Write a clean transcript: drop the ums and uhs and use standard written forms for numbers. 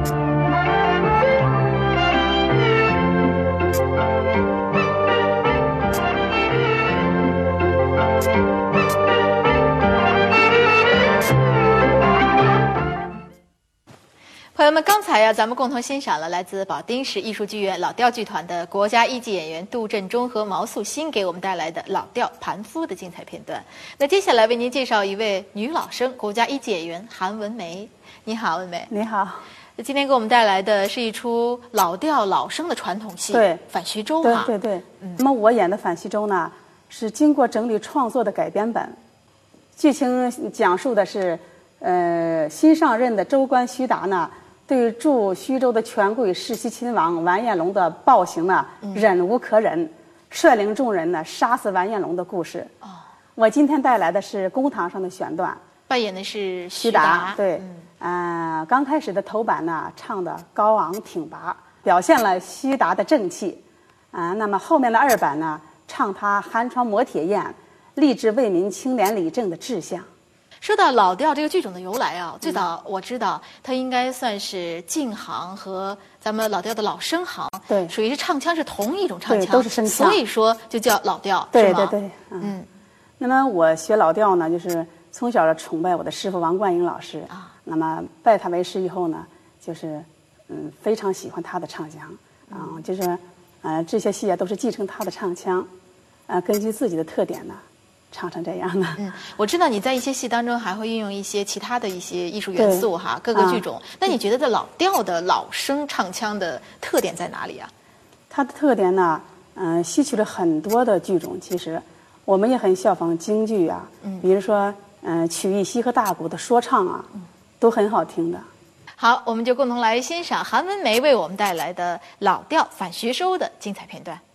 朋友们，刚才呀，咱们共同欣赏了来自保定市艺术剧院老调剧团的国家一级演员杜振中和毛素新给我们带来的老调《盘夫》的精彩片段。那接下来为您介绍一位女老生，国家一级演员韩文梅。你好，文梅。 你好。 今天给我们带来的是一出老调老生的传统戏， 对， 反徐州啊。对。那么我演的反徐州呢，是经过整理创作的改编本，剧情讲述的是，新上任的州官徐达呢，对驻徐州的权贵世袭亲王完颜龙的暴行呢，忍无可忍，率领众人呢杀死完颜龙的故事。哦，我今天带来的是公堂上的选段， 扮演的是徐达。对，刚开始的头版呢，唱的高昂挺拔，表现了徐达的正气。那么后面的二版呢，唱他寒窗磨铁砚，立志为民清廉理政的志向。 说到老调这个剧种的由来啊，最早我知道它应该算是晋行和咱们老调的老生行， 对， 属于是唱腔是同一种唱腔， 都是声腔， 所以说就叫老调， 对。那么我学老调呢，就是从小崇拜我的师傅王冠英老师啊。那么拜他为师以后呢，就是非常喜欢他的唱腔啊，就是这些戏啊都是继承他的唱腔，根据自己的特点呢。唱成这样的。 我知道你在一些戏当中还会运用一些其他的一些艺术元素哈，各个剧种。那你觉得在老调的老生唱腔的特点在哪里啊？ 它的特点呢，吸取了很多的剧种。其实我们也很效仿京剧啊，比如说曲艺西和大鼓的说唱啊，都很好听的。 好，我们就共同来欣赏韩文梅为我们带来的老调反徐州的精彩片段。